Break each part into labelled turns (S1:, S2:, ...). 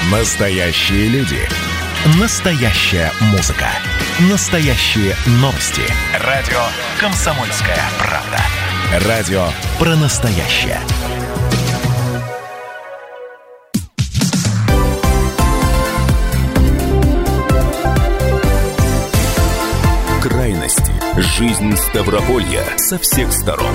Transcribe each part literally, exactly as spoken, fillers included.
S1: Настоящие люди. Настоящая музыка. Настоящие новости. Радио «Комсомольская правда». Радио про настоящее. Крайности. Жизнь Ставрополья со всех сторон.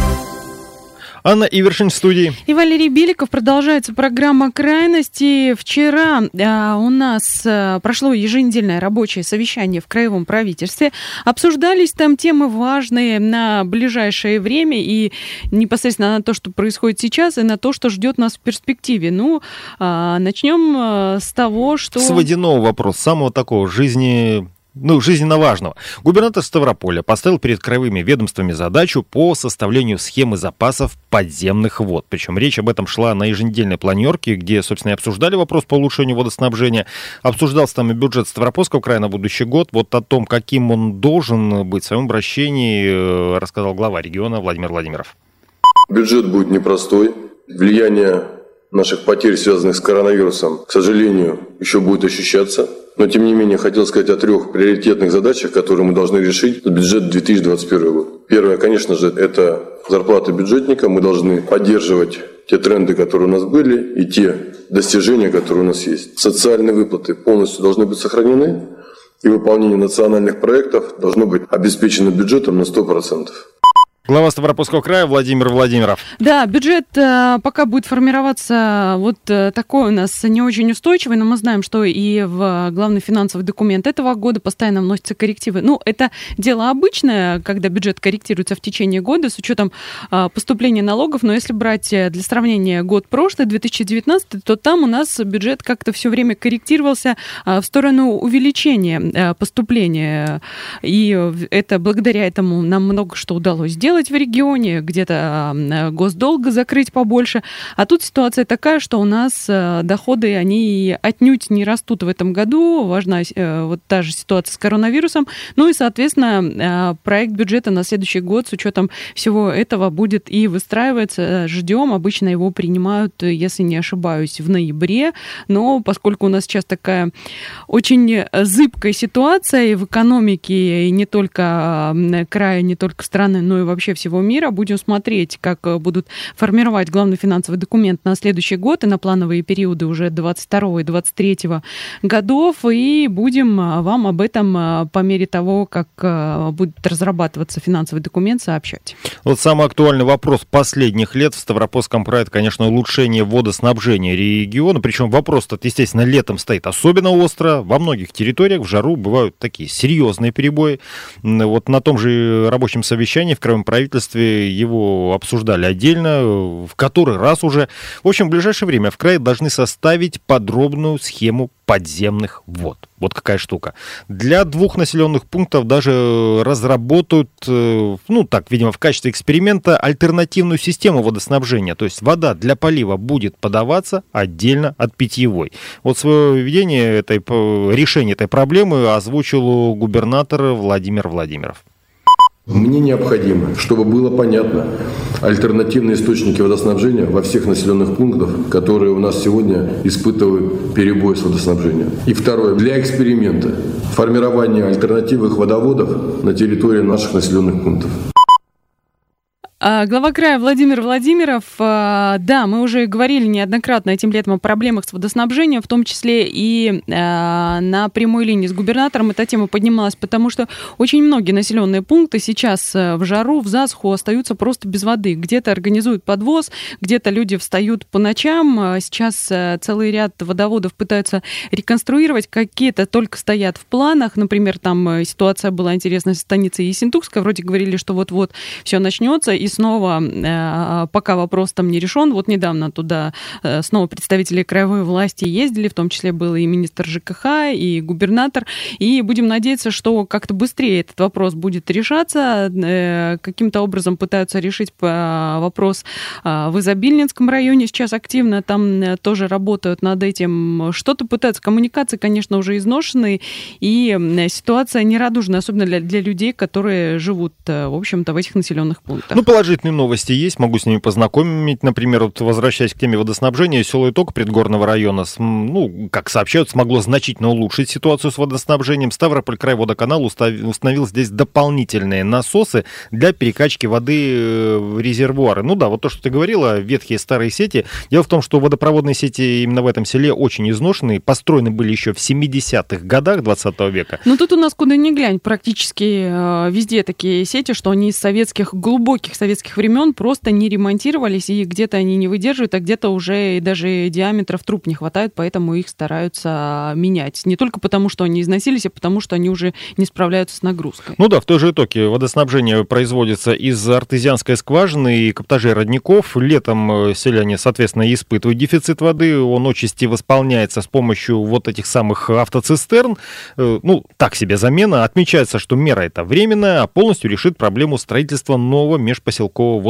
S2: Анна Ивершин в студии.
S3: И Валерий Беликов. Продолжается программа «Крайности». Вчера а, у нас а, прошло еженедельное рабочее совещание в краевом правительстве. Обсуждались там темы важные на ближайшее время и непосредственно на то, что происходит сейчас, и на то, что ждет нас в перспективе. Ну, а, начнем а, с того, что...
S2: С водяного вопроса, самого такого жизни... Ну, жизненно важного. Губернатор Ставрополя поставил перед краевыми ведомствами задачу по составлению схемы запасов подземных вод. Причем речь об этом шла на еженедельной планерке, где, собственно, и обсуждали вопрос по улучшению водоснабжения. Обсуждался там и бюджет Ставропольского края на будущий год. Вот о том, каким он должен быть, в своем обращении рассказал глава региона Владимир Владимиров.
S4: Бюджет будет непростой. Влияние наших потерь, связанных с коронавирусом, к сожалению, еще будет ощущаться. Но, тем не менее, хотел сказать о трех приоритетных задачах, которые мы должны решить на бюджет две тысячи двадцать первый год. Первое, конечно же, это зарплата бюджетника. Мы должны поддерживать те тренды, которые у нас были, и те достижения, которые у нас есть. Социальные выплаты полностью должны быть сохранены, и выполнение национальных проектов должно быть обеспечено бюджетом на сто процентов.
S2: Глава Ставропольского края Владимир Владимиров.
S3: Да, бюджет э, пока будет формироваться вот э, такой у нас не очень устойчивый, но мы знаем, что и в главный финансовый документ этого года постоянно вносятся коррективы. Ну, это дело обычное, когда бюджет корректируется в течение года с учетом э, поступления налогов, но если брать для сравнения год прошлый, две тысячи девятнадцатый, то там у нас бюджет как-то все время корректировался э, в сторону увеличения э, поступления, и это благодаря этому нам много что удалось сделать в регионе, где-то госдолга закрыть побольше. А тут ситуация такая, что у нас доходы, они отнюдь не растут в этом году. Важна вот та же ситуация с коронавирусом. Ну и, соответственно, проект бюджета на следующий год с учетом всего этого будет и выстраиваться. Ждем. Обычно его принимают, если не ошибаюсь, в ноябре. Но поскольку у нас сейчас такая очень зыбкая ситуация и в экономике, и не только края, не только страны, но и вообще всего мира. Будем смотреть, как будут формировать главный финансовый документ на следующий год и на плановые периоды уже двадцать второго и двадцать третьего годов. И будем вам об этом по мере того, как будет разрабатываться финансовый документ, сообщать.
S2: Вот самый актуальный вопрос последних лет в Ставропольском крае, это, конечно, улучшение водоснабжения региона. Причем вопрос-то, естественно, летом стоит особенно остро. Во многих территориях в жару бывают такие серьезные перебои. Вот на том же рабочем совещании в краевом правительстве его обсуждали отдельно, в который раз уже. В общем, в ближайшее время в крае должны составить подробную схему подземных вод. Вот какая штука. Для двух населенных пунктов даже разработают, ну так, видимо, в качестве эксперимента альтернативную систему водоснабжения. То есть вода для полива будет подаваться отдельно от питьевой. Вот свое видение этой, решение этой проблемы озвучил губернатор Владимир Владимиров.
S4: Мне необходимо, чтобы было понятно альтернативные источники водоснабжения во всех населенных пунктах, которые у нас сегодня испытывают перебой с водоснабжением. И второе, для эксперимента формирование альтернативных водоводов на территории наших населенных пунктов.
S3: Глава края Владимир Владимиров, да, мы уже говорили неоднократно этим летом о проблемах с водоснабжением, в том числе и на прямой линии с губернатором эта тема поднималась, потому что очень многие населенные пункты сейчас в жару, в засуху остаются просто без воды. Где-то организуют подвоз, где-то люди встают по ночам. Сейчас целый ряд водоводов пытаются реконструировать, какие-то только стоят в планах. Например, там ситуация была интересная с станицей Ессентукской, вроде говорили, что вот-вот все начнется, и снова, пока вопрос там не решен, вот недавно туда снова представители краевой власти ездили, в том числе был и министр ЖКХ, и губернатор, и будем надеяться, что как-то быстрее этот вопрос будет решаться. Каким-то образом пытаются решить вопрос в Изобильнинском районе, сейчас активно там тоже работают над этим, что-то пытаются. Коммуникации, конечно, уже изношены, и ситуация нерадужная, особенно для, для людей, которые живут, в общем-то, в этих населенных пунктах.
S2: Ну, положительные новости есть, могу с ними познакомить. Например, вот возвращаясь к теме водоснабжения, село Итог Предгорного района, ну, как сообщают, смогло значительно улучшить ситуацию с водоснабжением. Ставрополь край водоканал установил здесь дополнительные насосы для перекачки воды в резервуары. Ну да, вот то, что ты говорила, ветхие старые сети. Дело в том, что водопроводные сети именно в этом селе очень изношенные, построены были еще в семидесятых годах двадцатого века.
S3: Ну тут у нас куда ни глянь, практически э, везде такие сети, что они из советских, глубоких советских времен просто не ремонтировались, и где-то они не выдерживают, а где-то уже даже диаметров труб не хватает, поэтому их стараются менять. Не только потому, что они износились, а потому, что они уже не справляются с нагрузкой.
S2: Ну да, в той же Итоге водоснабжение производится из артезианской скважины и каптажей родников. Летом селяне, соответственно, испытывают дефицит воды, он отчасти восполняется с помощью вот этих самых автоцистерн. Ну, так себе замена. Отмечается, что мера эта временная, а полностью решит проблему строительства нового межпоселкового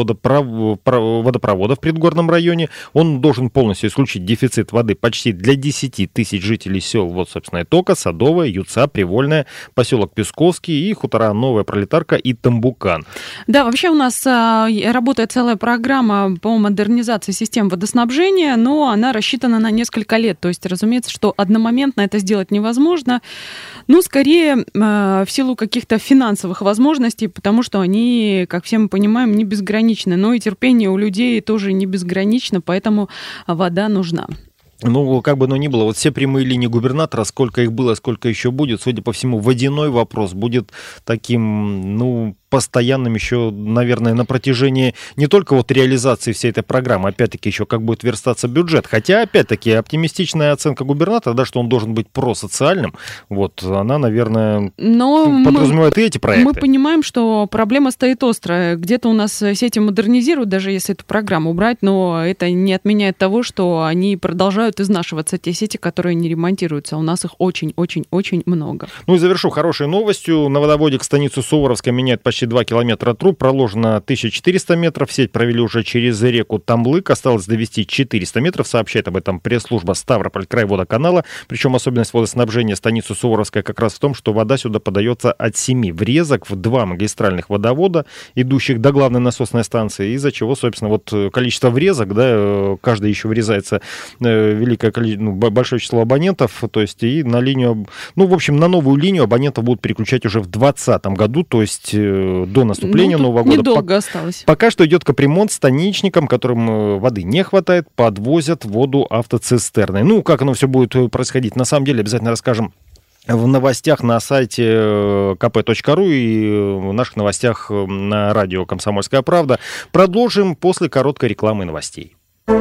S2: водопровода в Предгорном районе. Он должен полностью исключить дефицит воды почти для десяти тысяч жителей сел. Вот, собственно, Итока, Садовая, Юца, Привольная, поселок Песковский и хутора Новая Пролетарка и Тамбукан.
S3: Да, вообще у нас а, работает целая программа по модернизации систем водоснабжения, но она рассчитана на несколько лет. То есть, разумеется, что одномоментно это сделать невозможно. Ну, скорее, а, в силу каких-то финансовых возможностей, потому что они, как все мы понимаем, не безграничны. Но и терпение у людей тоже не безгранично, поэтому вода нужна.
S2: Ну, как бы оно ни было, вот все прямые линии губернатора, сколько их было, сколько еще будет, судя по всему, водяной вопрос будет таким, ну, постоянным еще, наверное, на протяжении не только вот реализации всей этой программы, опять-таки еще как будет верстаться бюджет. Хотя, опять-таки, оптимистичная оценка губернатора, да, что он должен быть просоциальным, вот, она, наверное, Но подразумевает мы, и эти проекты.
S3: Мы понимаем, что проблема стоит острая. Где-то у нас сети модернизируют, даже если эту программу убрать, но это не отменяет того, что они продолжают изнашиваться, те сети, которые не ремонтируются. У нас их очень-очень-очень много.
S2: Ну и завершу хорошей новостью. На водоводе к станице Суворовская меняют почти два километра труб, проложено тысяча четыреста метров, сеть провели уже через реку Тамблык, осталось довести четыреста метров, сообщает об этом пресс-служба Ставрополь край водоканала, причем особенность водоснабжения станицы Суворовская как раз в том, что вода сюда подается от семи врезок в два магистральных водовода, идущих до главной насосной станции, из-за чего, собственно, вот количество врезок, да, каждый еще врезается великое количество, ну, большое число абонентов, то есть и на линию, ну, в общем, на новую линию абонентов будут переключать уже в двадцатом году, то есть до наступления ну, Нового года.
S3: Недолго
S2: Пок-
S3: осталось.
S2: Пока что идет капремонт станичникам, которым воды не хватает, подвозят воду автоцистерной. Ну, как оно все будет происходить, на самом деле, обязательно расскажем в новостях на сайте ка пэ точка ру и в наших новостях на радио «Комсомольская правда». Продолжим после короткой рекламы новостей.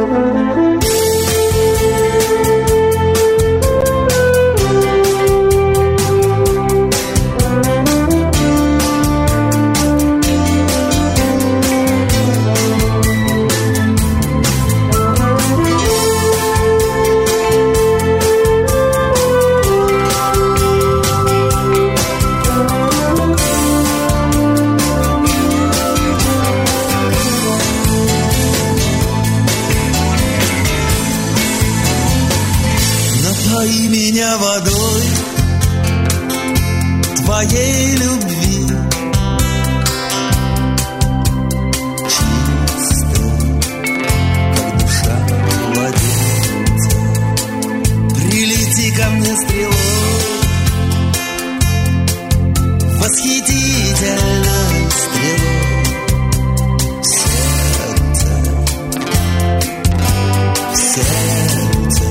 S5: Водой твоей любви, чистой, как душа младенца, прилети ко мне стрелой, восхитительной стрелой, сердце, сердце.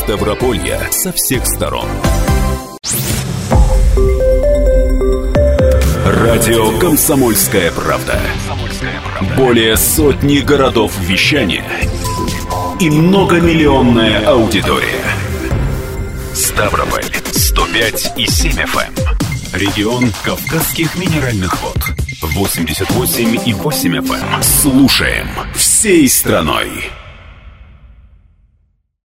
S1: Ставрополья со всех сторон. Радио «Комсомольская правда». Более сотни городов вещания и многомиллионная аудитория. Ставрополь сто пять и семь эф эм. Регион Кавказских минеральных вод. восемьдесят восемь и восемь эф эм. Слушаем всей страной.